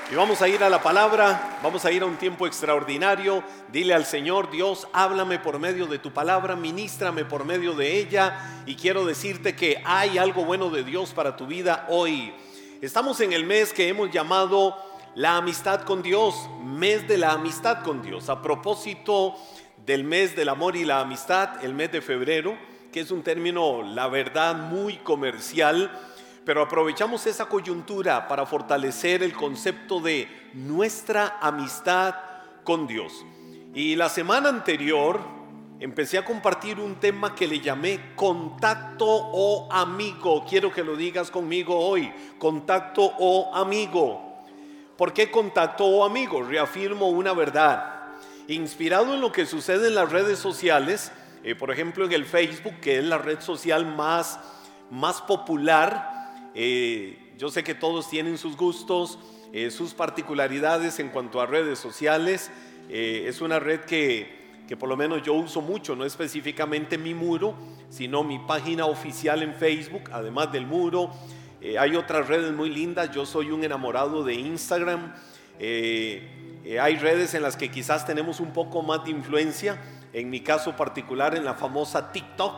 Y vamos a ir a la palabra, vamos a ir a un tiempo extraordinario. Dile al Señor: Dios, háblame por medio de tu palabra, ministrame por medio de ella. Y quiero decirte que hay algo bueno de Dios para tu vida hoy. Estamos en el mes que hemos llamado la amistad con Dios, mes de la amistad con Dios. A propósito del mes del amor y la amistad, el mes de febrero, que es un término, la verdad, muy comercial, pero aprovechamos esa coyuntura para fortalecer el concepto de nuestra amistad con Dios. Y la semana anterior empecé a compartir un tema que le llamé contacto o amigo. Quiero que lo digas conmigo hoy: contacto o amigo. ¿Por qué contacto o amigo? Reafirmo una verdad. Inspirado en lo que sucede en las redes sociales, por ejemplo en el Facebook, que es la red social más popular. Yo sé que todos tienen sus gustos, sus particularidades en cuanto a redes sociales. Es una red que por lo menos yo uso mucho, no específicamente mi muro, sino mi página oficial en Facebook, además del muro. Hay otras redes muy lindas. Yo soy un enamorado de Instagram. Hay redes en las que quizás tenemos un poco más de influencia, en mi caso particular en la famosa TikTok,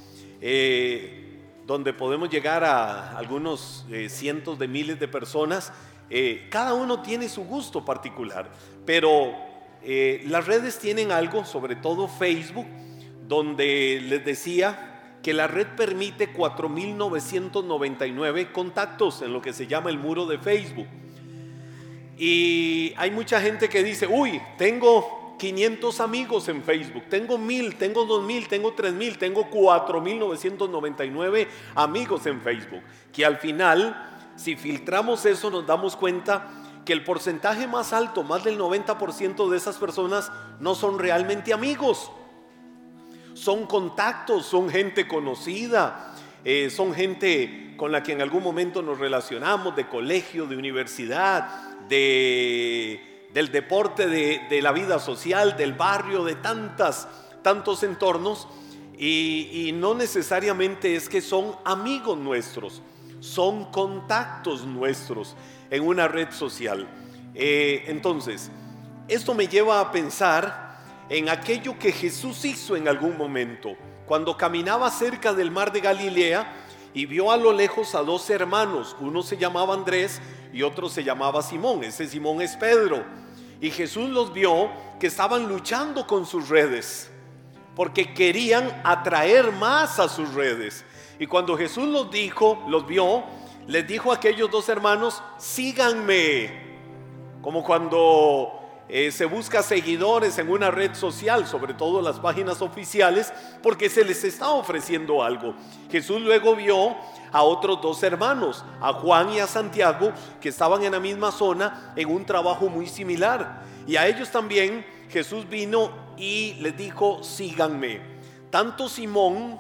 donde podemos llegar a algunos cientos de miles de personas. Cada uno tiene su gusto particular, pero las redes tienen algo, sobre todo Facebook, donde les decía que la red permite 4.999 contactos en lo que se llama el muro de Facebook. Y hay mucha gente que dice: uy, tengo 500 amigos en Facebook, tengo 1,000, tengo 2,000, tengo 3,000, tengo 4.999 amigos en Facebook. Que al final, si filtramos eso, nos damos cuenta que el porcentaje más alto, más del 90% de esas personas, no son realmente amigos. Son contactos, son gente conocida, son gente con la que en algún momento nos relacionamos, de colegio, de universidad, del deporte, de la vida social, del barrio, de tantos entornos, y no necesariamente es que son amigos nuestros, son contactos nuestros en una red social. Entonces, esto me lleva a pensar en aquello que Jesús hizo en algún momento, cuando caminaba cerca del mar de Galilea y vio a lo lejos a dos hermanos. Uno se llamaba Andrés y otro se llamaba Simón. Ese Simón es Pedro. Y Jesús los vio que estaban luchando con sus redes, porque querían atraer más a sus redes. Y cuando Jesús los vio, les dijo a aquellos dos hermanos: síganme. Como cuando se busca seguidores en una red social, sobre todo las páginas oficiales, porque se les está ofreciendo algo. Jesús luego vio a otros dos hermanos, a Juan y a Santiago, que estaban en la misma zona en un trabajo muy similar, y a ellos también Jesús vino y les dijo: síganme. Tanto Simón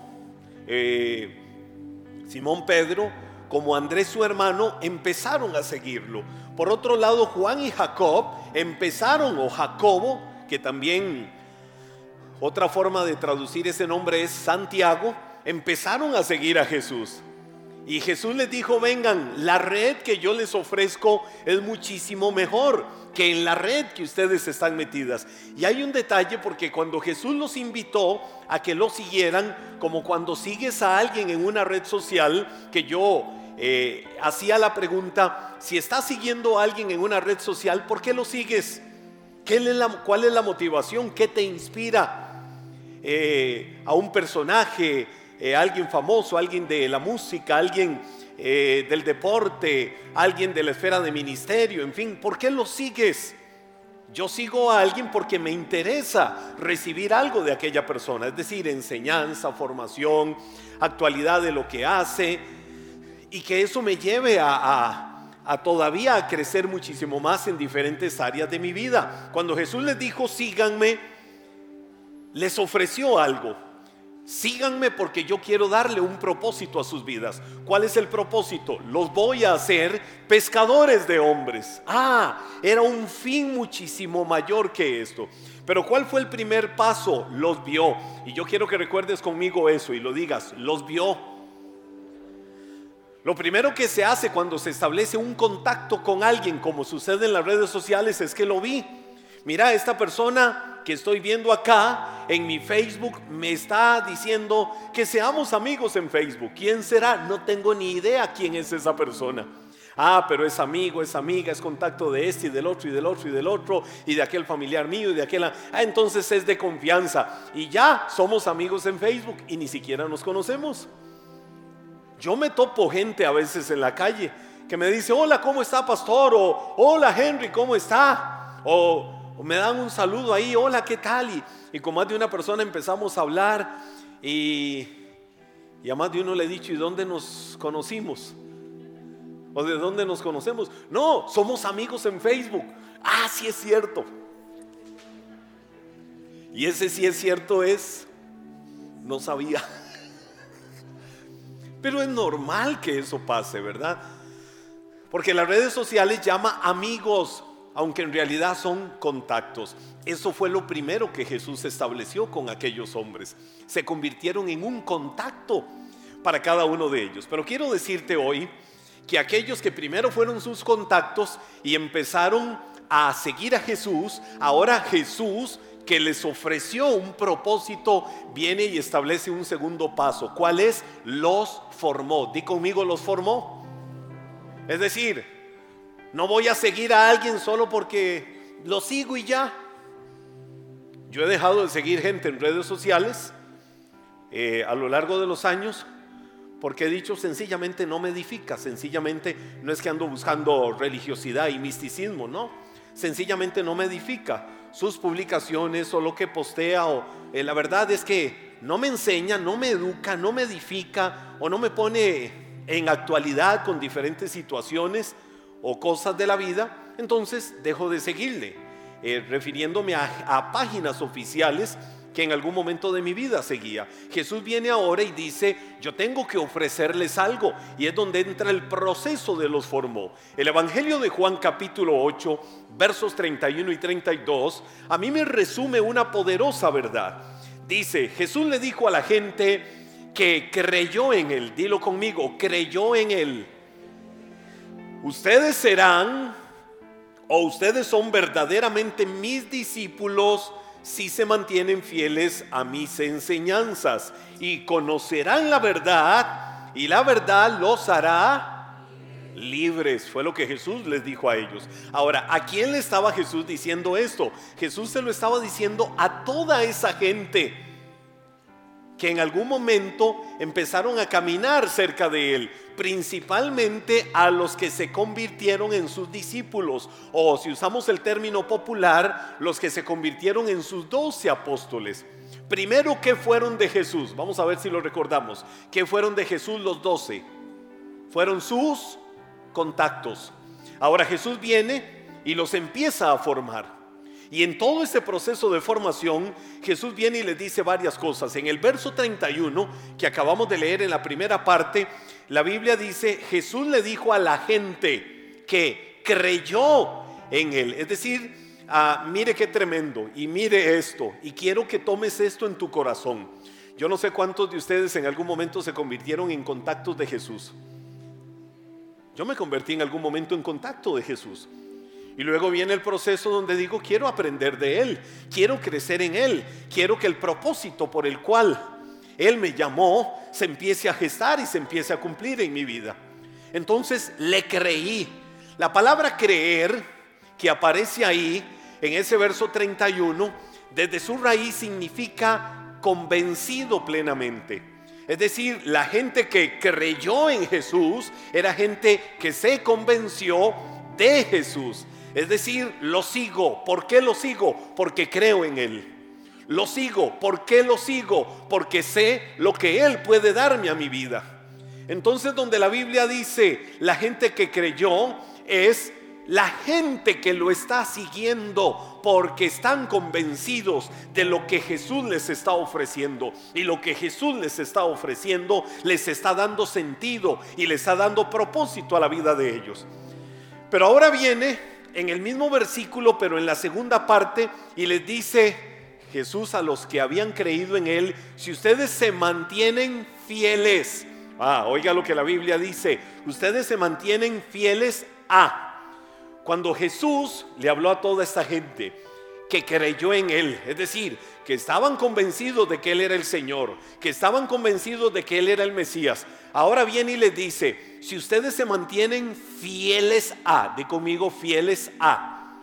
Pedro como Andrés su hermano empezaron a seguirlo. Por otro lado, Juan y Jacobo, que también otra forma de traducir ese nombre es Santiago, empezaron a seguir a Jesús. Y Jesús les dijo: vengan, la red que yo les ofrezco es muchísimo mejor que en la red que ustedes están metidas. Y hay un detalle, porque cuando Jesús los invitó a que lo siguieran, como cuando sigues a alguien en una red social, que yo hacía la pregunta: si estás siguiendo a alguien en una red social, ¿por qué lo sigues? ¿Cuál es la motivación? ¿Qué te inspira? A un personaje, alguien famoso, alguien de la música, alguien del deporte, alguien de la esfera de ministerio, en fin, ¿por qué lo sigues? Yo sigo a alguien porque me interesa recibir algo de aquella persona, es decir, enseñanza, formación, actualidad de lo que hace, y que eso me lleve a todavía a crecer muchísimo más en diferentes áreas de mi vida. Cuando Jesús les dijo: síganme, les ofreció algo. Síganme porque yo quiero darle un propósito a sus vidas. ¿Cuál es el propósito? Los voy a hacer pescadores de hombres. Era un fin muchísimo mayor que esto. Pero ¿cuál fue el primer paso? Los vio. Y yo quiero que recuerdes conmigo eso y lo digas: los vio. Lo primero que se hace cuando se establece un contacto con alguien, como sucede en las redes sociales, es que lo vi. Mira, esta persona que estoy viendo acá en mi Facebook me está diciendo que seamos amigos en Facebook. ¿Quién será? No tengo ni idea quién es esa persona. Ah, pero es amigo, es amiga, es contacto de este y del otro y del otro y del otro y de aquel familiar mío y de aquel. Entonces es de confianza y ya somos amigos en Facebook y ni siquiera nos conocemos. Yo me topo gente a veces en la calle que me dice: hola, ¿cómo está, pastor? O hola, Henry, ¿cómo está? O me dan un saludo ahí: hola, ¿qué tal? Y con más de una persona empezamos a hablar y a más de uno le he dicho: ¿y dónde nos conocimos? ¿O de dónde nos conocemos? No, somos amigos en Facebook. Ah, sí es cierto. Y ese sí es cierto no sabía. Pero es normal que eso pase, ¿verdad? Porque las redes sociales llama amigos, aunque en realidad son contactos. Eso fue lo primero que Jesús estableció con aquellos hombres. Se convirtieron en un contacto para cada uno de ellos. Pero quiero decirte hoy que aquellos que primero fueron sus contactos y empezaron a seguir a Jesús, ahora Jesús, que les ofreció un propósito, viene y establece un segundo paso. ¿Cuál es? Los formó. Di conmigo: los formó. Es decir, no voy a seguir a alguien solo porque lo sigo y ya. Yo he dejado de seguir gente en redes sociales a lo largo de los años, porque he dicho: sencillamente no me edifica. Sencillamente no es que ando buscando religiosidad y misticismo, no. Sencillamente no me edifica sus publicaciones o lo que postea, la verdad es que no me enseña, no me educa, no me edifica o no me pone en actualidad con diferentes situaciones o cosas de la vida. Entonces dejo de seguirle, refiriéndome a páginas oficiales que en algún momento de mi vida seguía. Jesús viene ahora y dice: yo tengo que ofrecerles algo, y es donde entra el proceso de los formó. El Evangelio de Juan capítulo 8 versos 31 y 32 a mí me resume una poderosa verdad. Dice: Jesús le dijo a la gente que creyó en él, dilo conmigo, creyó en él: ustedes serán, o ustedes son verdaderamente mis discípulos si se mantienen fieles a mis enseñanzas, y conocerán la verdad, y la verdad los hará libres. Fue lo que Jesús les dijo a ellos. Ahora, ¿a quién le estaba Jesús diciendo esto? Jesús se lo estaba diciendo a toda esa gente que en algún momento empezaron a caminar cerca de él, principalmente a los que se convirtieron en sus discípulos, o si usamos el término popular, los que se convirtieron en sus 12 apóstoles. Primero, ¿qué fueron de Jesús? Vamos a ver si lo recordamos. ¿Qué fueron de Jesús los 12? Fueron sus contactos. Ahora Jesús viene y los empieza a formar. Y en todo ese proceso de formación, Jesús viene y les dice varias cosas. En el verso 31, que acabamos de leer en la primera parte, la Biblia dice: Jesús le dijo a la gente que creyó en él. Es decir, mire qué tremendo, y mire esto, y quiero que tomes esto en tu corazón. Yo no sé cuántos de ustedes en algún momento se convirtieron en contactos de Jesús. Yo me convertí en algún momento en contacto de Jesús. Y luego viene el proceso donde digo: quiero aprender de él, quiero crecer en él, quiero que el propósito por el cual él me llamó se empiece a gestar y se empiece a cumplir en mi vida. Entonces le creí. La palabra creer, que aparece ahí en ese verso 31, desde su raíz significa convencido plenamente. Es decir, la gente que creyó en Jesús era gente que se convenció de Jesús. Es decir, lo sigo. ¿Por qué lo sigo? Porque creo en él. Lo sigo. ¿Por qué lo sigo? Porque sé lo que él puede darme a mi vida. Entonces, donde la Biblia dice la gente que creyó, es la gente que lo está siguiendo porque están convencidos de lo que Jesús les está ofreciendo, y lo que Jesús les está ofreciendo les está dando sentido y les está dando propósito a la vida de ellos. Pero ahora viene en el mismo versículo, pero en la segunda parte, y les dice Jesús a los que habían creído en él: si ustedes se mantienen fieles Oiga lo que la Biblia dice: ustedes se mantienen fieles a. Cuando Jesús le habló a toda esta gente que creyó en Él, es decir, que estaban convencidos de que Él era el Señor, que estaban convencidos de que Él era el Mesías, ahora viene y les dice: si ustedes se mantienen fieles a, di conmigo, fieles a.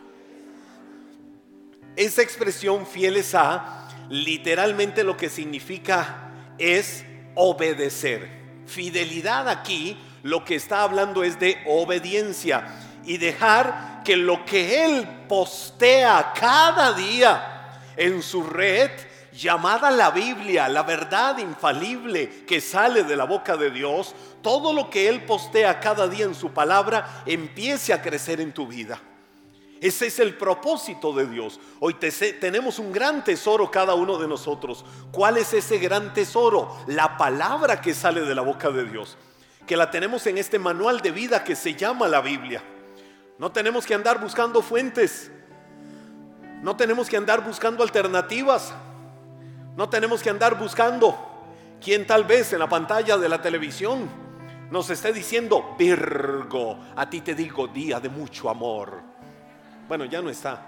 Esa expresión fieles a, literalmente lo que significa es obedecer. Fidelidad aquí lo que está hablando es de obediencia y dejar que lo que Él postea cada día en su red llamada la Biblia, la verdad infalible que sale de la boca de Dios, todo lo que Él postea cada día en su palabra empiece a crecer en tu vida. Ese es el propósito de Dios. Hoy tenemos un gran tesoro cada uno de nosotros. ¿Cuál es ese gran tesoro? La palabra que sale de la boca de Dios, que la tenemos en este manual de vida que se llama la Biblia. No tenemos que andar buscando fuentes, no tenemos que andar buscando alternativas, no tenemos que andar buscando quien tal vez en la pantalla de la televisión nos esté diciendo: Virgo, a ti te digo día de mucho amor. Bueno, ya no está.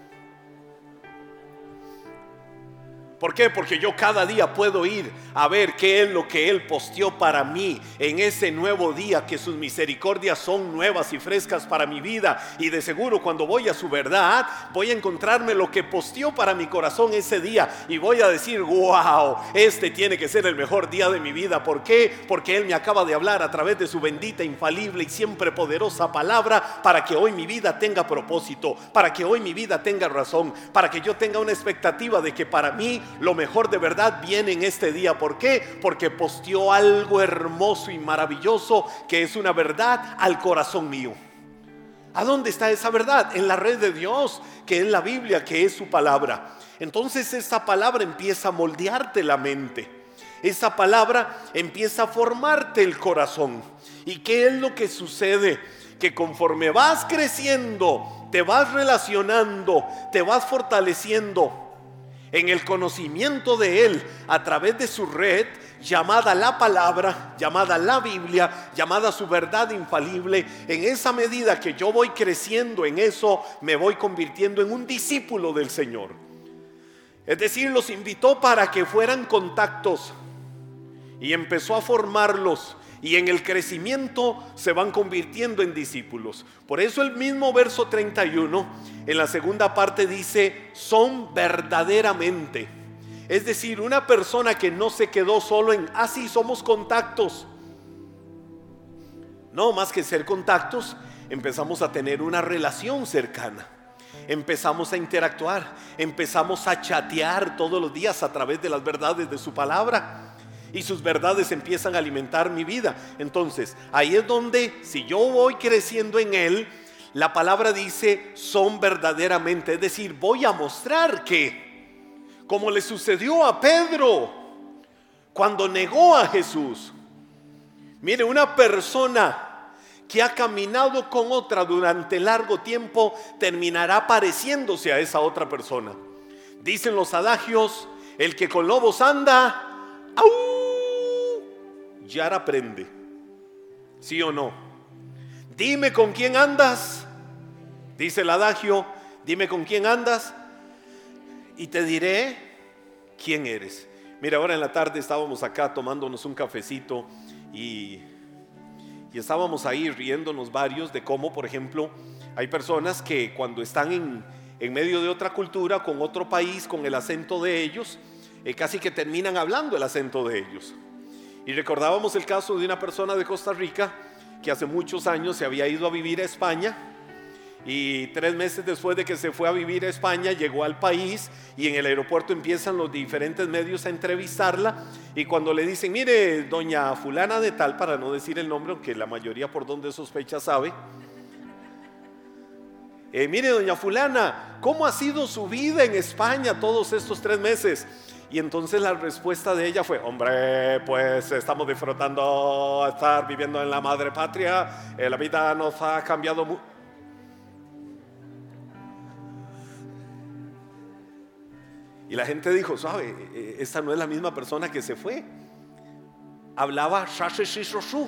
¿Por qué? Porque yo cada día puedo ir a ver qué es lo que Él posteó para mí en ese nuevo día, que sus misericordias son nuevas y frescas para mi vida. Y de seguro cuando voy a su verdad, voy a encontrarme lo que posteó para mi corazón ese día. Y voy a decir: wow, este tiene que ser el mejor día de mi vida. ¿Por qué? Porque Él me acaba de hablar a través de su bendita, infalible y siempre poderosa palabra, para que hoy mi vida tenga propósito, para que hoy mi vida tenga razón, para que yo tenga una expectativa de que para mí lo mejor de verdad viene en este día. ¿Por qué? Porque posteó algo hermoso y maravilloso que es una verdad al corazón mío. ¿A dónde está esa verdad? En la red de Dios, que es la Biblia, que es su palabra. Entonces esa palabra empieza a moldearte la mente. Esa palabra empieza a formarte el corazón. ¿Y qué es lo que sucede? Que conforme vas creciendo, te vas relacionando, te vas fortaleciendo en el conocimiento de Él a través de su red llamada la palabra, llamada la Biblia, llamada su verdad infalible. En esa medida que yo voy creciendo en eso, me voy convirtiendo en un discípulo del Señor. Es decir, los invitó para que fueran contactos y empezó a formarlos, y en el crecimiento se van convirtiendo en discípulos. Por eso el mismo verso 31 en la segunda parte dice: son verdaderamente. Es decir, una persona que no se quedó solo en sí, somos contactos. No, más que ser contactos, empezamos a tener una relación cercana. Empezamos a interactuar, empezamos a chatear todos los días a través de las verdades de su palabra. Y sus verdades empiezan a alimentar mi vida. Entonces, ahí es donde, si yo voy creciendo en Él, la palabra dice: son verdaderamente. Es decir, voy a mostrar que, como le sucedió a Pedro cuando negó a Jesús. Mire, una persona que ha caminado con otra durante largo tiempo terminará pareciéndose a esa otra persona. Dicen los adagios: el que con lobos anda, ¡au!, Yara aprende. ¿Sí o no? Dime con quién andas, dice el adagio. Dime con quién andas y te diré quién eres. Mira, ahora en la tarde estábamos acá tomándonos un cafecito y estábamos ahí riéndonos varios de cómo, por ejemplo, hay personas que cuando están en medio de otra cultura, con otro país, con el acento de ellos, casi que terminan hablando el acento de ellos. Y recordábamos el caso de una persona de Costa Rica que hace muchos años se había ido a vivir a España, y 3 meses después de que se fue a vivir a España, llegó al país y en el aeropuerto empiezan los diferentes medios a entrevistarla. Y cuando le dicen: mire, doña fulana de tal, para no decir el nombre, aunque la mayoría por donde sospecha sabe, mire, doña fulana, ¿cómo ha sido su vida en España todos estos 3 meses? Y entonces la respuesta de ella fue: hombre, pues estamos disfrutando estar viviendo en la madre patria, la vida nos ha cambiado mucho. Y la gente dijo: sabe, esta no es la misma persona que se fue. hablaba shasheshishoshu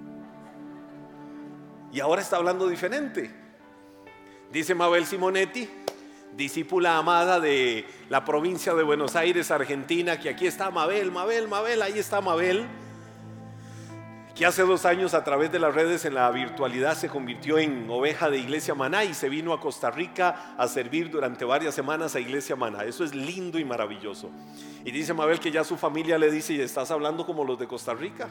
y ahora está hablando diferente. Dice Mabel Simonetti, discípula amada de la provincia de Buenos Aires, Argentina, que aquí está Mabel, ahí está Mabel, que hace 2 años a través de las redes en la virtualidad se convirtió en oveja de Iglesia Maná y se vino a Costa Rica a servir durante varias semanas a Iglesia Maná. Eso es lindo y maravilloso. Y dice Mabel que ya su familia le dice: ¿estás hablando como los de Costa Rica?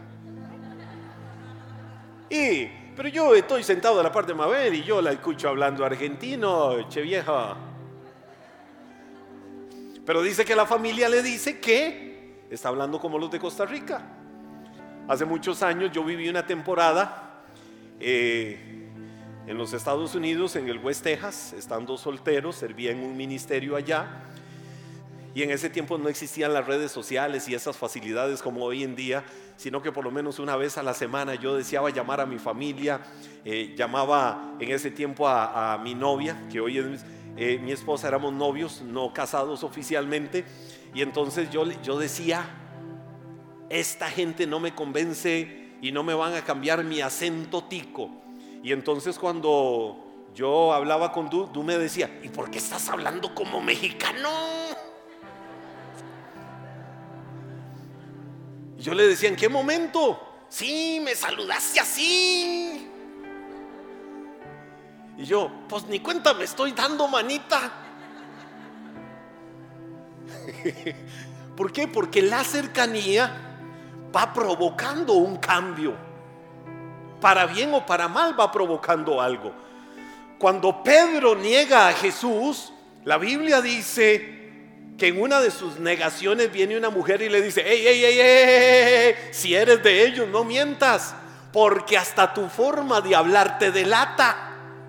Pero yo estoy sentado de la parte de Mabel y yo la escucho hablando argentino, che vieja. Pero dice que la familia le dice que está hablando como los de Costa Rica. Hace muchos años yo viví una temporada en los Estados Unidos, en el West Texas, estando soltero, servía en un ministerio allá. Y en ese tiempo no existían las redes sociales y esas facilidades como hoy en día, sino que por lo menos una vez a la semana yo deseaba llamar a mi familia. Llamaba en ese tiempo a mi novia, que hoy es mi esposa, éramos novios, no casados oficialmente. Y entonces yo decía: esta gente no me convence y no me van a cambiar mi acento tico. Y entonces cuando yo hablaba con Du me decía: ¿y por qué estás hablando como mexicano? Y yo le decía: ¿en qué momento? Sí, me saludaste así. Y yo: pues ni cuenta me estoy dando, manita. ¿Por qué? Porque la cercanía va provocando un cambio, para bien o para mal va provocando algo. Cuando Pedro niega a Jesús, la Biblia dice que en una de sus negaciones viene una mujer y le dice: ey, si eres de ellos no mientas, porque hasta tu forma de hablar te delata.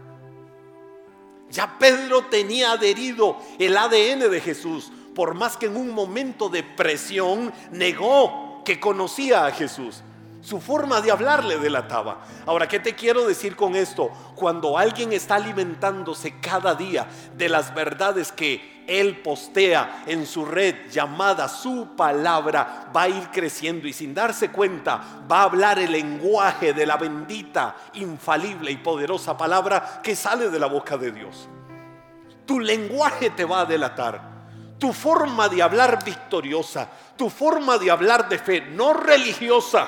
Ya Pedro tenía adherido el ADN de Jesús, por más que en un momento de presión negó que conocía a Jesús. Su forma de hablar le delataba. Ahora, ¿qué te quiero decir con esto? Cuando alguien está alimentándose cada día de las verdades que él postea en su red llamada su palabra, va a ir creciendo y sin darse cuenta va a hablar el lenguaje de la bendita, infalible y poderosa palabra que sale de la boca de Dios. Tu lenguaje te va a delatar. Tu forma de hablar victoriosa, tu forma de hablar de fe, no religiosa.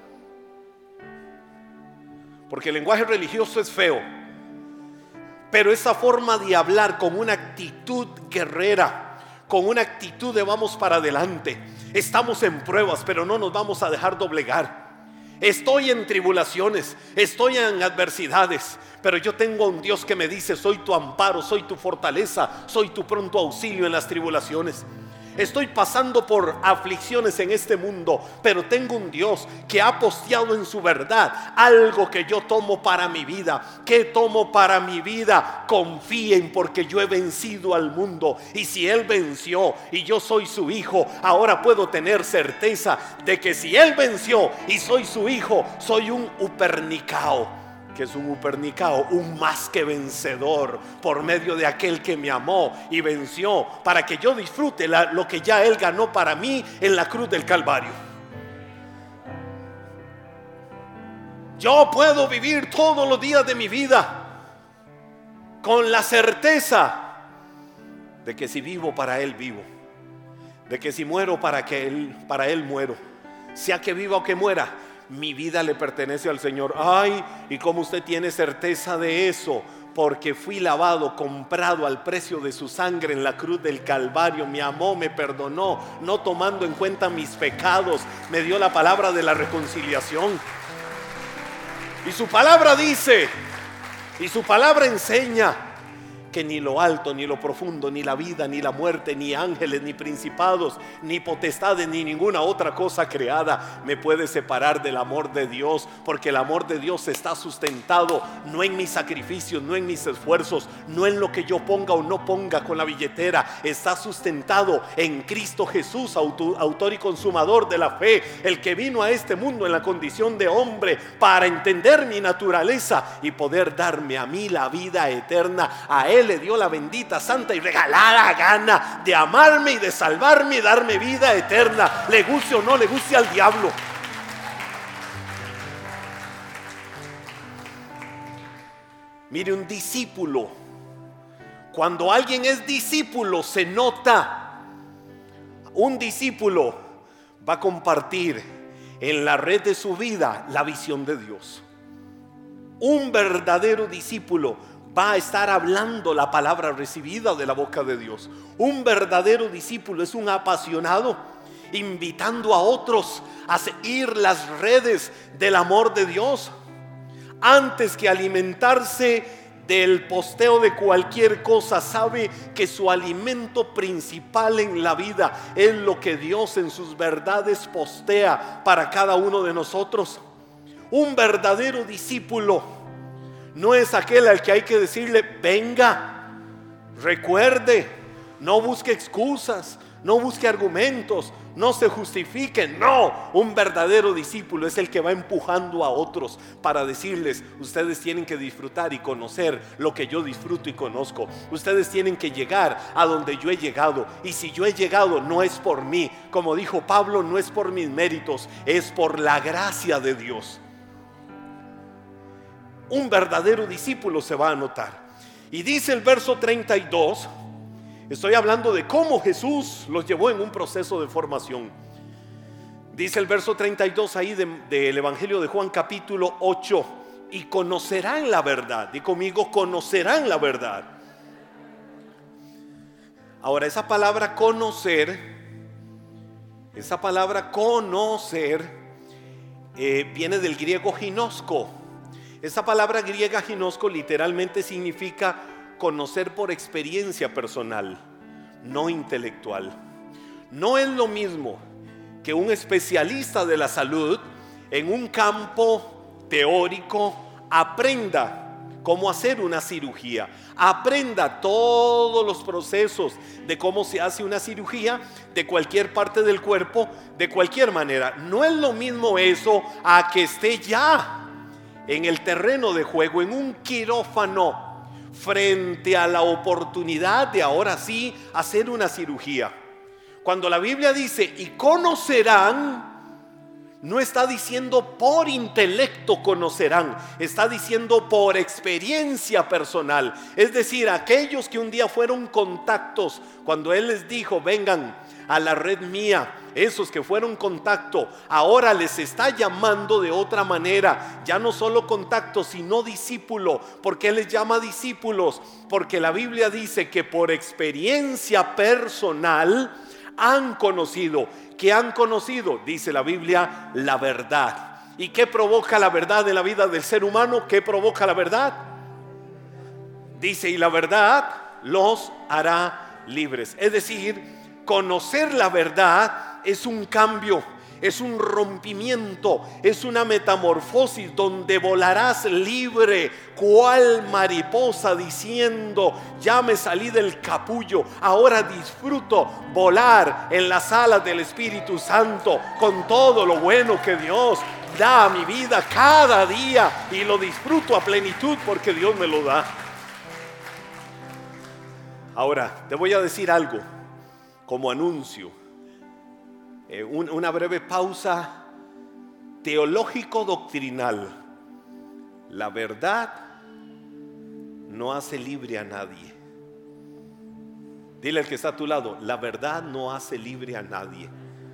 Porque el lenguaje religioso es feo. Pero esa forma de hablar con una actitud guerrera, con una actitud de vamos para adelante. Estamos en pruebas, pero no nos vamos a dejar doblegar. Estoy en tribulaciones, estoy en adversidades, pero yo tengo un Dios que me dice: soy tu amparo, soy tu fortaleza, soy tu pronto auxilio en las tribulaciones. Estoy pasando por aflicciones en este mundo, pero tengo un Dios que ha posteado en su verdad algo que yo tomo para mi vida. ¿Qué tomo para mi vida? Confíen, porque yo he vencido al mundo, y si Él venció y yo soy su hijo, ahora puedo tener certeza de que si Él venció y soy su hijo, soy un upernicao. ¿Qué es un upernicao? Un más que vencedor por medio de aquel que me amó y venció para que yo disfrute lo que ya Él ganó para mí en la cruz del Calvario. Yo puedo vivir todos los días de mi vida con la certeza de que si vivo, para Él vivo, de que si muero, para Él muero, sea que viva o que muera, mi vida le pertenece al Señor. Ay, y cómo usted tiene certeza de eso: porque fui lavado, comprado al precio de su sangre en la cruz del Calvario. Me amó, me perdonó, no tomando en cuenta mis pecados, me dio la palabra de la reconciliación. Y su palabra dice, y su palabra enseña que ni lo alto, ni lo profundo, ni la vida, ni la muerte, ni ángeles, ni principados, ni potestades, ni ninguna otra cosa creada me puede separar del amor de Dios, porque el amor de Dios está sustentado no en mis sacrificios, no en mis esfuerzos, no en lo que yo ponga o no ponga con la billetera. Está sustentado en Cristo Jesús, autor y consumador de la fe, el que vino a este mundo en la condición de hombre para entender mi naturaleza y poder darme a mí la vida eterna. A Él le dio la bendita, santa y regalada gana de amarme y de salvarme y darme vida eterna, le guste o no le guste al diablo. Mire, un discípulo, cuando alguien es discípulo, se nota. Un discípulo va a compartir en la red de su vida la visión de Dios. Un verdadero discípulo va a estar hablando la palabra recibida de la boca de Dios. Un verdadero discípulo es un apasionado, invitando a otros a seguir las redes del amor de Dios. Antes que alimentarse del posteo de cualquier cosa, sabe que su alimento principal en la vida es lo que Dios en sus verdades postea para cada uno de nosotros. Un verdadero discípulo no es aquel al que hay que decirle: venga, recuerde, no busque excusas, no busque argumentos, no se justifique. No, un verdadero discípulo es el que va empujando a otros para decirles: ustedes tienen que disfrutar y conocer lo que yo disfruto y conozco. Ustedes tienen que llegar a donde yo he llegado, y si yo he llegado no es por mí, como dijo Pablo, no es por mis méritos, es por la gracia de Dios. Un verdadero discípulo se va a notar. Y dice el verso 32, estoy hablando de cómo Jesús los llevó en un proceso de formación. Dice el verso 32 ahí del Evangelio de Juan capítulo 8: y conocerán la verdad. Di conmigo: conocerán la verdad. Ahora, esa palabra conocer viene del griego ginosco. Esa palabra griega ginosco literalmente significa conocer por experiencia personal, no intelectual. No es lo mismo que un especialista de la salud en un campo teórico aprenda cómo hacer una cirugía, aprenda todos los procesos de cómo se hace una cirugía de cualquier parte del cuerpo, de cualquier manera. No es lo mismo eso a que esté ya en el terreno de juego, en un quirófano, frente a la oportunidad de ahora sí hacer una cirugía. Cuando la Biblia dice y conocerán, no está diciendo por intelecto conocerán, está diciendo por experiencia personal. Es decir, aquellos que un día fueron contactos, cuando Él les dijo: vengan a la red mía, esos que fueron contacto, ahora les está llamando de otra manera. Ya no solo contacto, sino discípulo. ¿Por qué les llama discípulos? Porque la Biblia dice que por experiencia personal han conocido. ¿Qué han conocido? Dice la Biblia: la verdad. ¿Y qué provoca la verdad en la vida del ser humano? ¿Qué provoca la verdad? Dice: y la verdad los hará libres. Es decir, conocer la verdad es un cambio, es un rompimiento, es una metamorfosis donde volarás libre, cual mariposa, diciendo: ya me salí del capullo, ahora disfruto volar en las alas del Espíritu Santo con todo lo bueno que Dios da a mi vida cada día, y lo disfruto a plenitud porque Dios me lo da. Ahora te voy a decir algo como anuncio, una breve pausa teológico-doctrinal. La verdad no hace libre a nadie. Dile al que está a tu lado: la verdad no hace libre a nadie.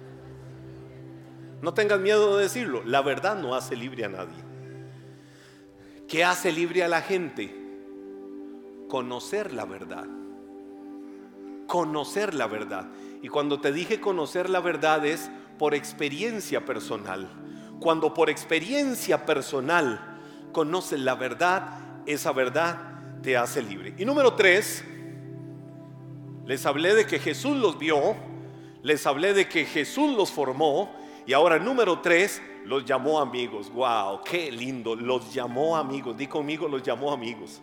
No tengas miedo de decirlo: la verdad no hace libre a nadie. ¿Qué hace libre a la gente? Conocer la verdad. Conocer la verdad. Y cuando te dije conocer la verdad, es por experiencia personal. Cuando por experiencia personal conoces la verdad, esa verdad te hace libre. Y número 3, les hablé de que Jesús los vio, les hablé de que Jesús los formó, y ahora número 3, los llamó amigos. Wow, qué lindo, los llamó amigos. Di conmigo: los llamó amigos.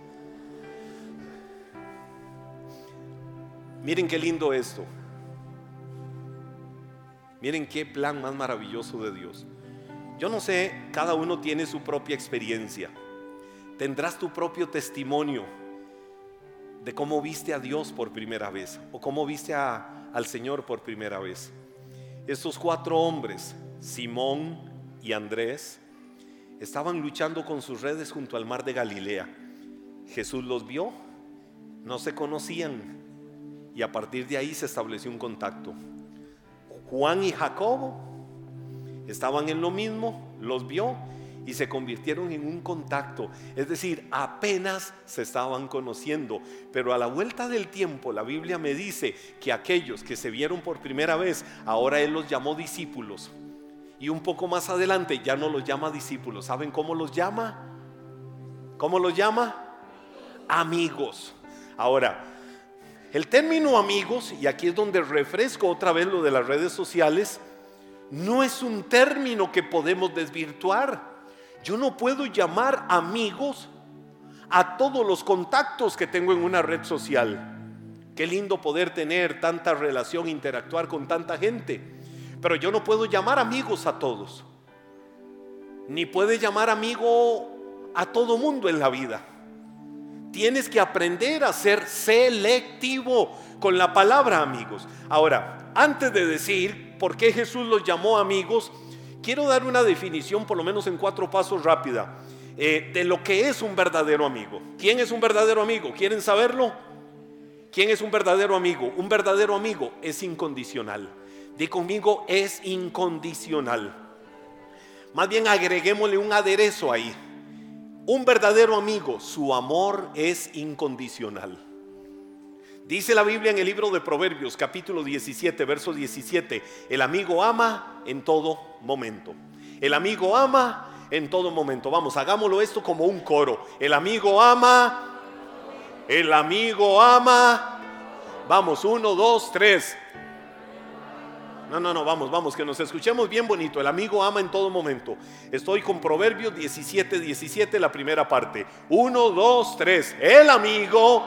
Miren qué lindo esto. Miren qué plan más maravilloso de Dios. Yo no sé, cada uno tiene su propia experiencia. Tendrás tu propio testimonio de cómo viste a Dios por primera vez, o cómo viste al Señor por primera vez. Estos 4 hombres, Simón y Andrés, estaban luchando con sus redes junto al mar de Galilea. Jesús los vio, no se conocían y a partir de ahí se estableció un contacto. Juan y Jacobo estaban en lo mismo, los vio y se convirtieron en un contacto. Es decir, apenas se estaban conociendo, pero a la vuelta del tiempo la Biblia me dice que aquellos que se vieron por primera vez, ahora Él los llamó discípulos. Y un poco más adelante ya no los llama discípulos. ¿Saben cómo los llama? ¿Cómo los llama? Amigos. Ahora, el término amigos, y aquí es donde refresco otra vez lo de las redes sociales, no es un término que podemos desvirtuar. Yo no puedo llamar amigos a todos los contactos que tengo en una red social. Qué lindo poder tener tanta relación, interactuar con tanta gente, pero yo no puedo llamar amigos a todos, ni puede llamar amigo a todo mundo en la vida. Tienes que aprender a ser selectivo con la palabra amigos. Ahora, antes de decir por qué Jesús los llamó amigos, quiero dar una definición, por lo menos en 4 pasos rápida, de lo que es un verdadero amigo. ¿Quién es un verdadero amigo? ¿Quieren saberlo? ¿Quién es un verdadero amigo? Un verdadero amigo es incondicional. Di conmigo, es incondicional. Más bien agreguémosle un aderezo ahí. Un verdadero amigo, su amor es incondicional. Dice la Biblia en el libro de Proverbios, capítulo 17, verso 17: el amigo ama en todo momento. El amigo ama en todo momento. Vamos, hagámoslo esto como un coro. El amigo ama. El amigo ama. Vamos, 1, 2, 3. No, vamos, que nos escuchemos bien bonito. El amigo ama en todo momento. Estoy con Proverbios 17, 17, la primera parte. 1, 2, 3. El amigo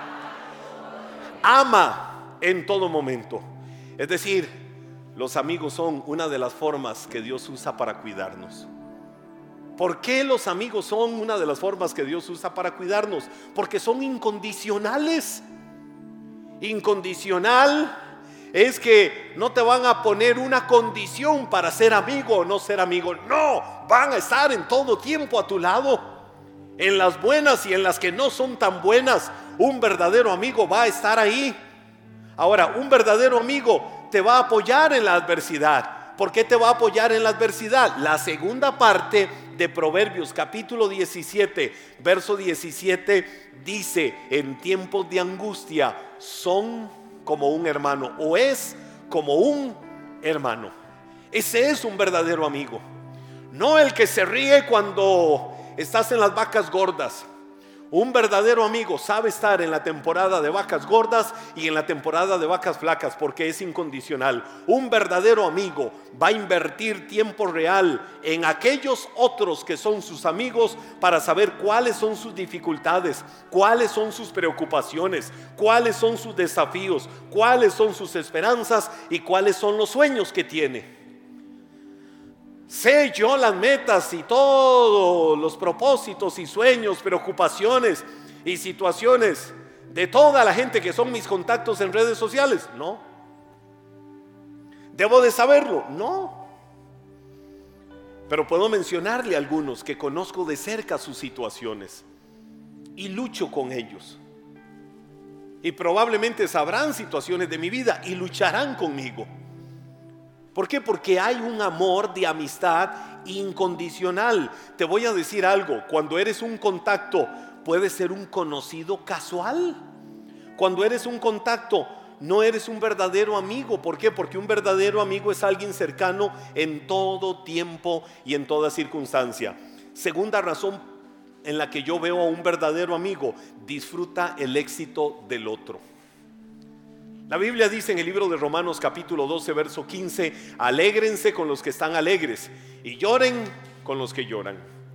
ama en todo momento. Es decir, los amigos son una de las formas que Dios usa para cuidarnos. ¿Por qué los amigos son una de las formas que Dios usa para cuidarnos? Porque son incondicionales. Incondicional es que no te van a poner una condición para ser amigo o no ser amigo. No, van a estar en todo tiempo a tu lado, en las buenas y en las que no son tan buenas. Un verdadero amigo va a estar ahí. Ahora, un verdadero amigo te va a apoyar en la adversidad. ¿Por qué te va a apoyar en la adversidad? La segunda parte de Proverbios capítulo 17, verso 17 dice: en tiempos de angustia son como un hermano, o es como un hermano. Ese es un verdadero amigo. No el que se ríe cuando estás en las vacas gordas. Un verdadero amigo sabe estar en la temporada de vacas gordas y en la temporada de vacas flacas, porque es incondicional. Un verdadero amigo va a invertir tiempo real en aquellos otros que son sus amigos para saber cuáles son sus dificultades, cuáles son sus preocupaciones, cuáles son sus desafíos, cuáles son sus esperanzas y cuáles son los sueños que tiene. Sé yo las metas y todos los propósitos y sueños, preocupaciones y situaciones de toda la gente que son mis contactos en redes sociales. No. ¿Debo de saberlo? No. Pero puedo mencionarle a algunos que conozco de cerca sus situaciones y lucho con ellos. Y probablemente sabrán situaciones de mi vida y lucharán conmigo. ¿Por qué? Porque hay un amor de amistad incondicional. Te voy a decir algo: cuando eres un contacto, puedes ser un conocido casual. Cuando eres un contacto, no eres un verdadero amigo. ¿Por qué? Porque un verdadero amigo es alguien cercano en todo tiempo y en toda circunstancia. Segunda razón en la que yo veo a un verdadero amigo: disfruta el éxito del otro. La Biblia dice en el libro de Romanos capítulo 12 verso 15: alégrense con los que están alegres y lloren con los que lloran.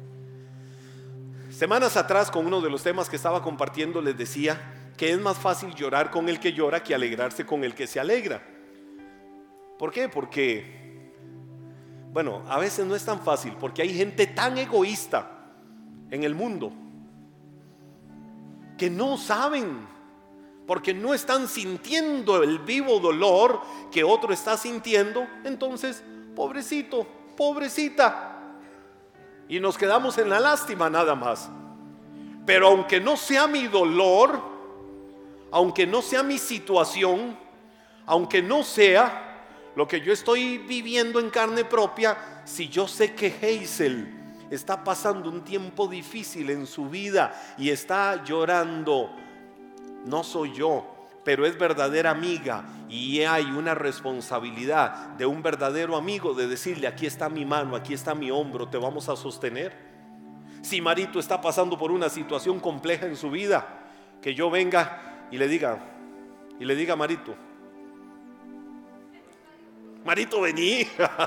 Semanas atrás, con uno de los temas que estaba compartiendo, les decía que es más fácil llorar con el que llora que alegrarse con el que se alegra. ¿Por qué? Porque, bueno, a veces no es tan fácil, porque hay gente tan egoísta en el mundo que no saben, porque no están sintiendo el vivo dolor que otro está sintiendo. Entonces, pobrecito, pobrecita, y nos quedamos en la lástima nada más. Pero aunque no sea mi dolor, aunque no sea mi situación, aunque no sea lo que yo estoy viviendo en carne propia, si yo sé que Hazel está pasando un tiempo difícil en su vida y está llorando, no soy yo, pero es verdadera amiga, y hay una responsabilidad de un verdadero amigo de decirle: aquí está mi mano, aquí está mi hombro, te vamos a sostener. Si Marito está pasando por una situación compleja en su vida, que yo venga y le diga: Marito, vení.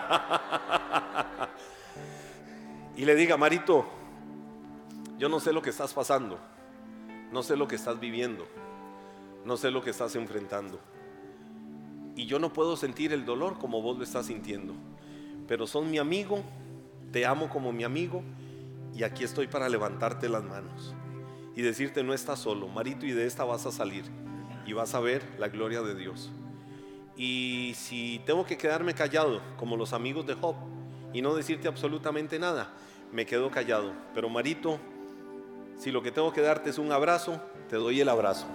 Y le diga: Marito, yo no sé lo que estás pasando, no sé lo que estás viviendo, no sé lo que estás enfrentando, y yo no puedo sentir el dolor como vos lo estás sintiendo, pero sos mi amigo, te amo como mi amigo, y aquí estoy para levantarte las manos y decirte: no estás solo, Marito, y de esta vas a salir y vas a ver la gloria de Dios. Y si tengo que quedarme callado como los amigos de Job y no decirte absolutamente nada, me quedo callado. Pero Marito, si lo que tengo que darte es un abrazo, te doy el abrazo.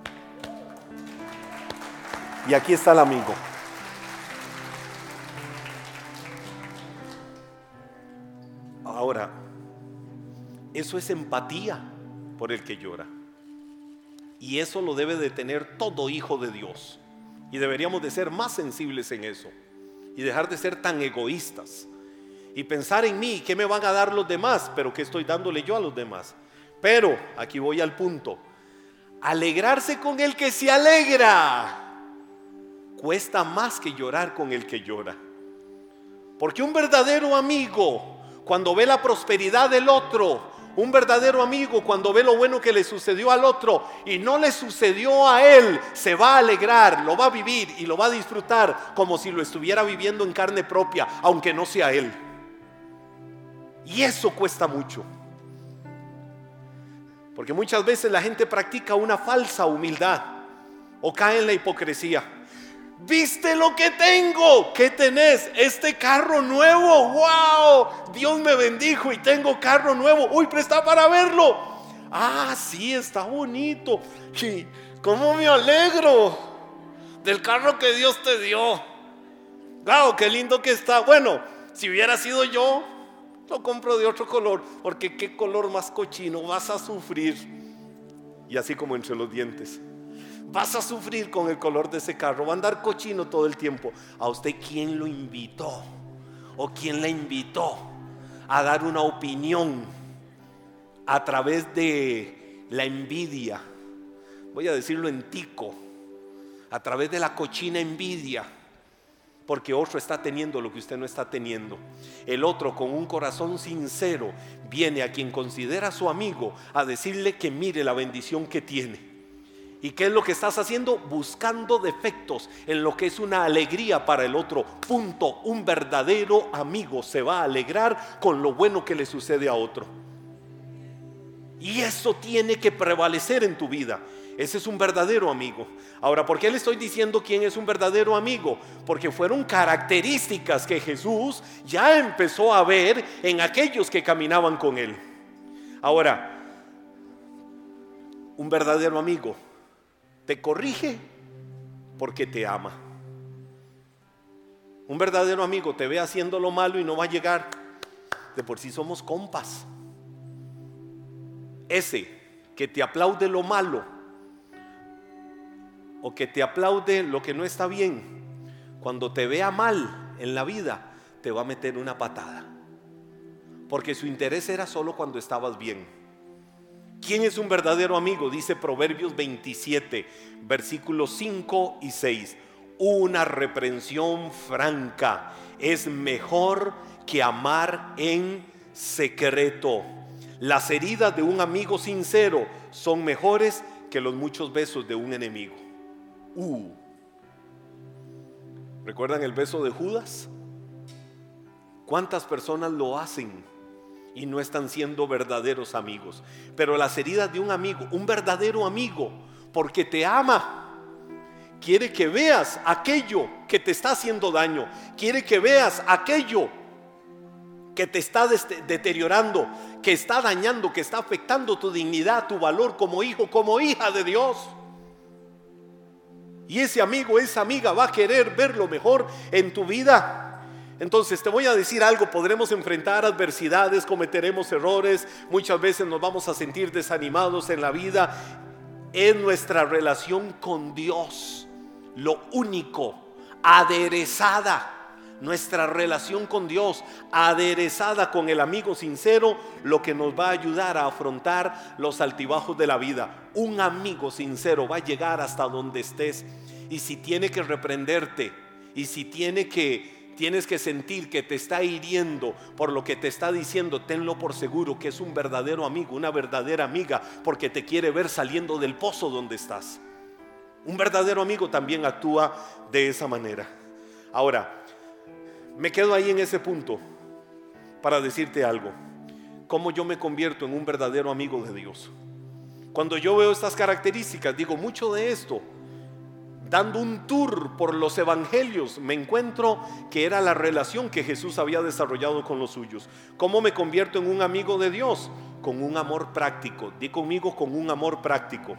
Y aquí está el amigo. Ahora, eso es empatía por el que llora, y eso lo debe de tener todo hijo de Dios, y deberíamos de ser más sensibles en eso y dejar de ser tan egoístas y pensar en mí, ¿qué me van a dar los demás? Pero ¿qué estoy dándole yo a los demás? Pero aquí voy al punto: alegrarse con el que se alegra cuesta más que llorar con el que llora. Porque un verdadero amigo, cuando ve la prosperidad del otro, un verdadero amigo, cuando ve lo bueno que le sucedió al otro y no le sucedió a él, se va a alegrar, lo va a vivir y lo va a disfrutar como si lo estuviera viviendo en carne propia, aunque no sea él. Y eso cuesta mucho, porque muchas veces la gente practica una falsa humildad o cae en la hipocresía. ¿Viste lo que tengo? ¿Qué tenés? Este carro nuevo. ¡Wow! Dios me bendijo y tengo carro nuevo. Uy, presta para verlo. Ah, sí, está bonito. Sí, ¿cómo me alegro del carro que Dios te dio? Wow, qué lindo que está. Bueno, si hubiera sido yo, lo compro de otro color, porque qué color más cochino, vas a sufrir. Y así como entre los dientes, vas a sufrir con el color de ese carro, va a andar cochino todo el tiempo. ¿A usted quién lo invitó o quién la invitó a dar una opinión a través de la envidia? Voy a decirlo en tico, a través de la cochina envidia, porque otro está teniendo lo que usted no está teniendo. El otro, con un corazón sincero, viene a quien considera su amigo a decirle que mire la bendición que tiene. ¿Y qué es lo que estás haciendo? Buscando defectos en lo que es una alegría para el otro. Punto. Un verdadero amigo se va a alegrar con lo bueno que le sucede a otro, y eso tiene que prevalecer en tu vida. Ese es un verdadero amigo. Ahora, ¿por qué le estoy diciendo quién es un verdadero amigo? Porque fueron características que Jesús ya empezó a ver en aquellos que caminaban con él. Ahora, un verdadero amigo te corrige porque te ama. Un verdadero amigo te ve haciendo lo malo y no va a llegar. De por sí somos compas. Ese que te aplaude lo malo o que te aplaude lo que no está bien, cuando te vea mal en la vida, te va a meter una patada, porque su interés era solo cuando estabas bien. ¿Quién es un verdadero amigo? Dice Proverbios 27, versículos 5 y 6. Una reprensión franca es mejor que amar en secreto. Las heridas de un amigo sincero son mejores que los muchos besos de un enemigo. ¿Recuerdan el beso de Judas? ¿Cuántas personas lo hacen y no están siendo verdaderos amigos? Pero las heridas de un amigo, un verdadero amigo, porque te ama, quiere que veas aquello que te está haciendo daño, quiere que veas aquello que te está deteriorando, que está dañando, que está afectando tu dignidad, tu valor como hijo, como hija de Dios. Y ese amigo, esa amiga va a querer ver lo mejor en tu vida. Entonces te voy a decir algo: podremos enfrentar adversidades, cometeremos errores, muchas veces nos vamos a sentir desanimados en la vida. Es nuestra relación con Dios lo único, aderezada, nuestra relación con Dios aderezada con el amigo sincero, lo que nos va a ayudar a afrontar los altibajos de la vida. Un amigo sincero va a llegar hasta donde estés, y si tiene que reprenderte, y si tienes que sentir que te está hiriendo por lo que te está diciendo, tenlo por seguro que es un verdadero amigo, una verdadera amiga, porque te quiere ver saliendo del pozo donde estás. Un verdadero amigo también actúa de esa manera. Ahora, me quedo ahí en ese punto para decirte algo: cómo yo me convierto en un verdadero amigo de Dios. Cuando yo veo estas características, digo, mucho de esto, dando un tour por los evangelios, me encuentro que era la relación que Jesús había desarrollado con los suyos. ¿Cómo me convierto en un amigo de Dios? Con un amor práctico. Di conmigo: con un amor práctico.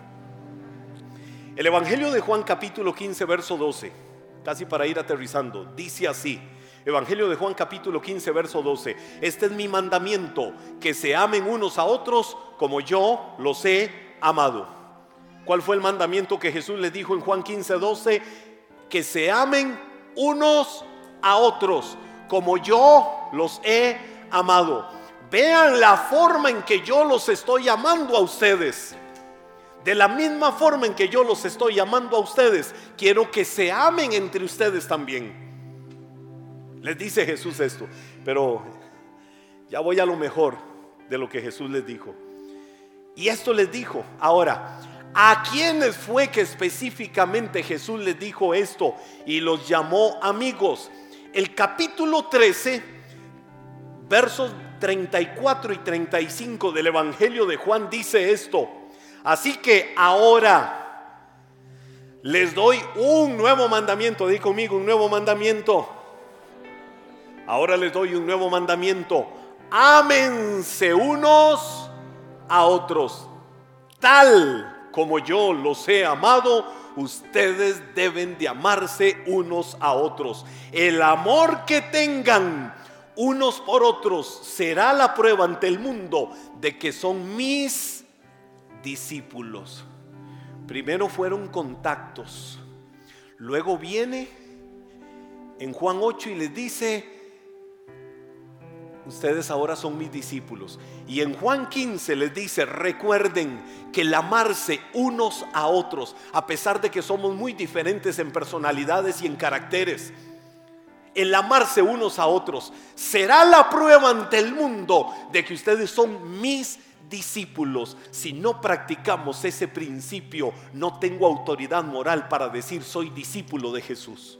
El evangelio de Juan capítulo 15 verso 12, casi para ir aterrizando, dice así. Evangelio de Juan capítulo 15 verso 12: este es mi mandamiento, que se amen unos a otros como yo los he amado. ¿Cuál fue el mandamiento que Jesús les dijo en Juan 15, 12? Que se amen unos a otros como yo los he amado. Vean la forma en que yo los estoy amando a ustedes. De la misma forma en que yo los estoy amando a ustedes, quiero que se amen entre ustedes también. Les dice Jesús esto. Pero ya voy a lo mejor de lo que Jesús les dijo. Y esto les dijo. Ahora, ¿a quiénes fue que específicamente Jesús les dijo esto y los llamó amigos? El capítulo 13, versos 34 y 35 del Evangelio de Juan dice esto: así que ahora les doy un nuevo mandamiento. Di conmigo: un nuevo mandamiento. Ahora les doy un nuevo mandamiento: ámense unos a otros. Tal como yo los he amado, ustedes deben de amarse unos a otros. El amor que tengan unos por otros será la prueba ante el mundo de que son mis discípulos. Primero fueron contactos, luego viene en Juan 8 y les dice: ustedes ahora son mis discípulos. Y en Juan 15 les dice: recuerden que el amarse unos a otros, a pesar de que somos muy diferentes en personalidades y en caracteres, el amarse unos a otros será la prueba ante el mundo de que ustedes son mis discípulos. Si no practicamos ese principio, no tengo autoridad moral para decir soy discípulo de Jesús.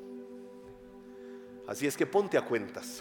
Así es que ponte a cuentas.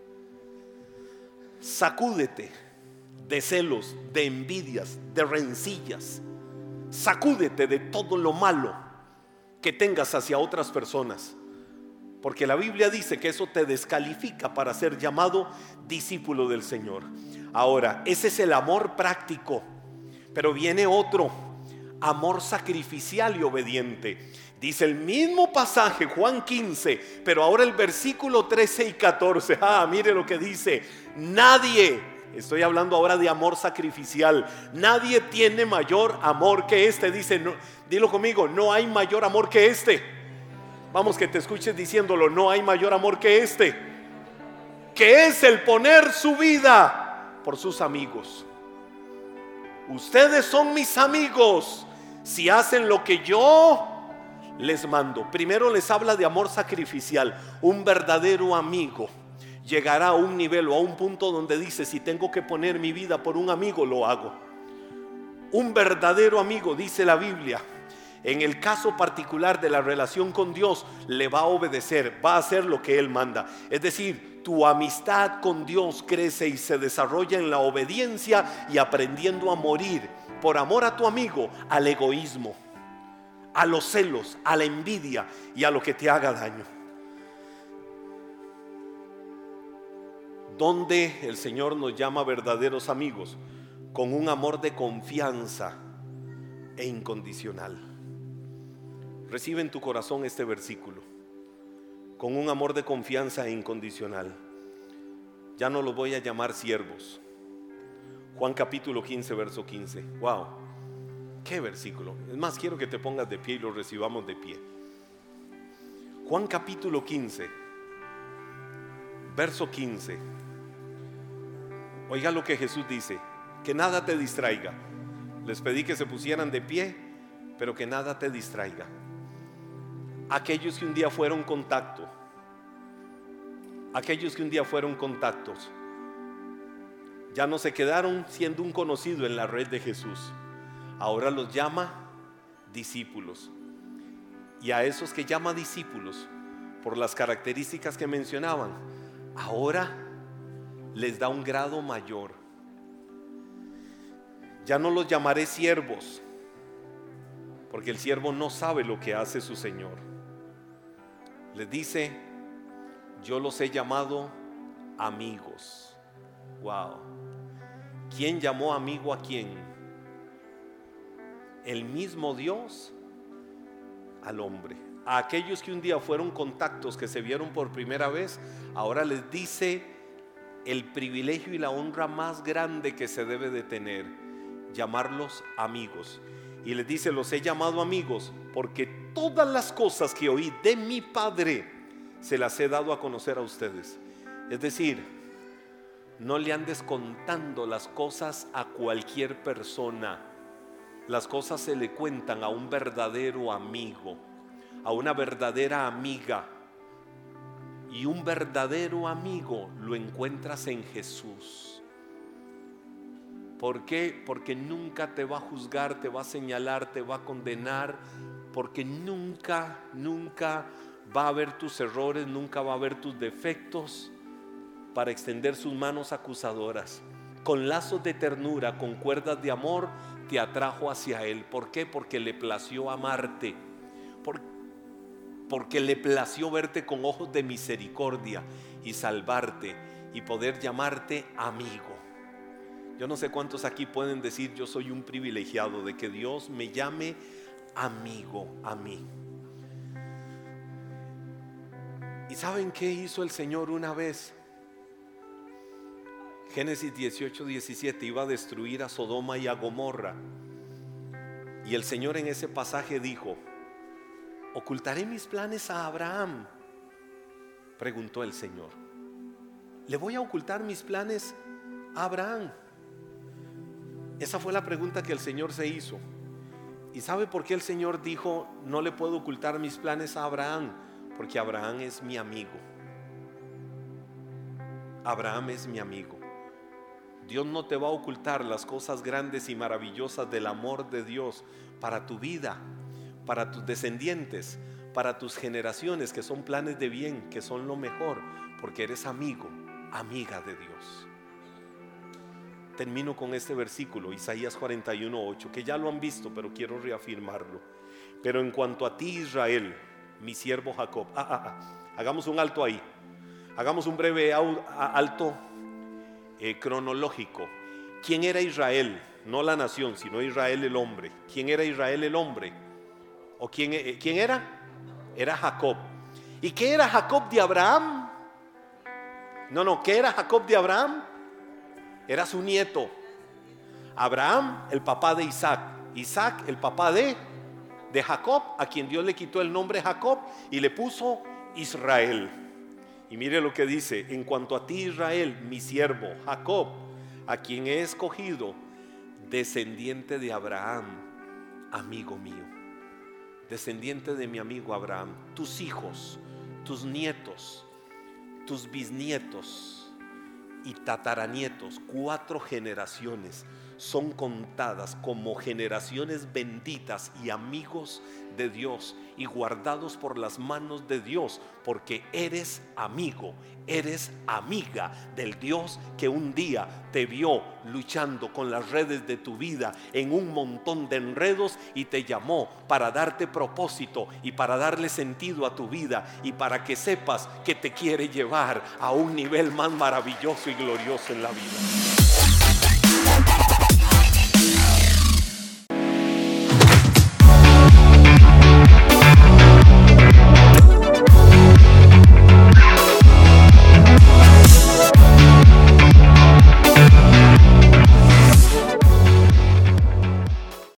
Sacúdete de celos, de envidias, de rencillas. Sacúdete de todo lo malo que tengas hacia otras personas, porque la Biblia dice que eso te descalifica para ser llamado discípulo del Señor. Ahora, ese es el amor práctico, pero viene otro: amor sacrificial y obediente. Dice el mismo pasaje, Juan 15, pero ahora el versículo 13 y 14. Mire lo que dice: nadie, estoy hablando ahora de amor sacrificial, nadie tiene mayor amor que este. Dice, no, dilo conmigo: no hay mayor amor que este. Vamos, que te escuches diciéndolo: no hay mayor amor que este, que es el poner su vida por sus amigos. Ustedes son mis amigos si hacen lo que yo les mando. Primero les habla de amor sacrificial. Un verdadero amigo llegará a un nivel o a un punto donde dice: si tengo que poner mi vida por un amigo, lo hago. Un verdadero amigo, dice la Biblia, en el caso particular de la relación con Dios, le va a obedecer, va a hacer lo que Él manda. Es decir, tu amistad con Dios crece y se desarrolla en la obediencia y aprendiendo a morir por amor a tu amigo al egoísmo, a los celos, a la envidia y a lo que te haga daño. donde el Señor nos llama verdaderos amigos, con un amor de confianza e incondicional. Recibe en tu corazón este versículo, con un amor de confianza e incondicional. Ya no los voy a llamar siervos. Juan capítulo 15, verso 15. Wow, qué versículo. Es más, quiero que te pongas de pie y lo recibamos de pie. Juan capítulo 15, verso 15. Oiga lo que Jesús dice: que nada te distraiga. Les pedí que se pusieran de pie, pero que nada te distraiga. Aquellos que un día fueron contacto, aquellos que un día fueron contactos, ya no se quedaron siendo un conocido en la red de Jesús. Ahora los llama discípulos. Y a esos que llama discípulos, por las características que mencionaban, ahora les da un grado mayor. Ya no los llamaré siervos, porque el siervo no sabe lo que hace su Señor. Les dice: yo los he llamado amigos. Wow. ¿Quién llamó amigo a quién? El mismo Dios al hombre. A aquellos que un día fueron contactos, que se vieron por primera vez, ahora les dice el privilegio y la honra más grande que se debe de tener: llamarlos amigos. Y les dice: los he llamado amigos porque todas las cosas que oí de mi Padre se las he dado a conocer a ustedes. Es decir, no le andes contando las cosas a cualquier persona. Las cosas se le cuentan a un verdadero amigo, a una verdadera amiga. Y un verdadero amigo lo encuentras en Jesús. ¿Por qué? Porque nunca te va a juzgar, te va a señalar, te va a condenar, porque nunca va a ver tus errores, nunca va a ver tus defectos para extender sus manos acusadoras. Con lazos de ternura, con cuerdas de amor, te atrajo hacia Él. ¿Por qué? Porque le plació amarte, porque le plació verte con ojos de misericordia y salvarte y poder llamarte amigo. Yo no sé cuántos aquí pueden decir: yo soy un privilegiado de que Dios me llame amigo a mí. ¿Y saben qué hizo el Señor una vez? Génesis 18, 17, iba a destruir a Sodoma y a Gomorra. Y el Señor en ese pasaje dijo: ¿ocultaré mis planes a Abraham? Preguntó el Señor. ¿Le voy a ocultar mis planes a Abraham? Esa fue la pregunta que el Señor se hizo. ¿Y sabe por qué el Señor dijo: no le puedo ocultar mis planes a Abraham? Porque Abraham es mi amigo. Abraham es mi amigo. Dios no te va a ocultar las cosas grandes y maravillosas del amor de Dios para tu vida, para tus descendientes, para tus generaciones, que son planes de bien, que son lo mejor, porque eres amigo, amiga de Dios. Termino con este versículo, Isaías 41:8, que ya lo han visto, pero quiero reafirmarlo. Pero en cuanto a ti, Israel, mi siervo Jacob. Hagamos un alto ahí. Hagamos un breve alto cronológico. ¿Quién era Israel? No la nación, sino Israel el hombre. ¿Quién era Israel el hombre? ¿O quién era? Era Jacob. ¿Y qué era Jacob de Abraham? ¿Qué era Jacob de Abraham? Era su nieto. Abraham, el papá de Isaac. Isaac, el papá de Jacob, a quien Dios le quitó el nombre Jacob y le puso Israel. Y mire lo que dice: en cuanto a ti, Israel, mi siervo Jacob, a quien he escogido, descendiente de Abraham, amigo mío. Descendiente de mi amigo Abraham. Tus hijos, tus nietos, tus bisnietos y tataranietos, 4 generaciones, son contadas como generaciones benditas y amigos de Dios y guardados por las manos de Dios, porque eres amigo, eres amiga del Dios que un día te vio luchando con las redes de tu vida en un montón de enredos y te llamó para darte propósito y para darle sentido a tu vida y para que sepas que te quiere llevar a un nivel más maravilloso y glorioso en la vida.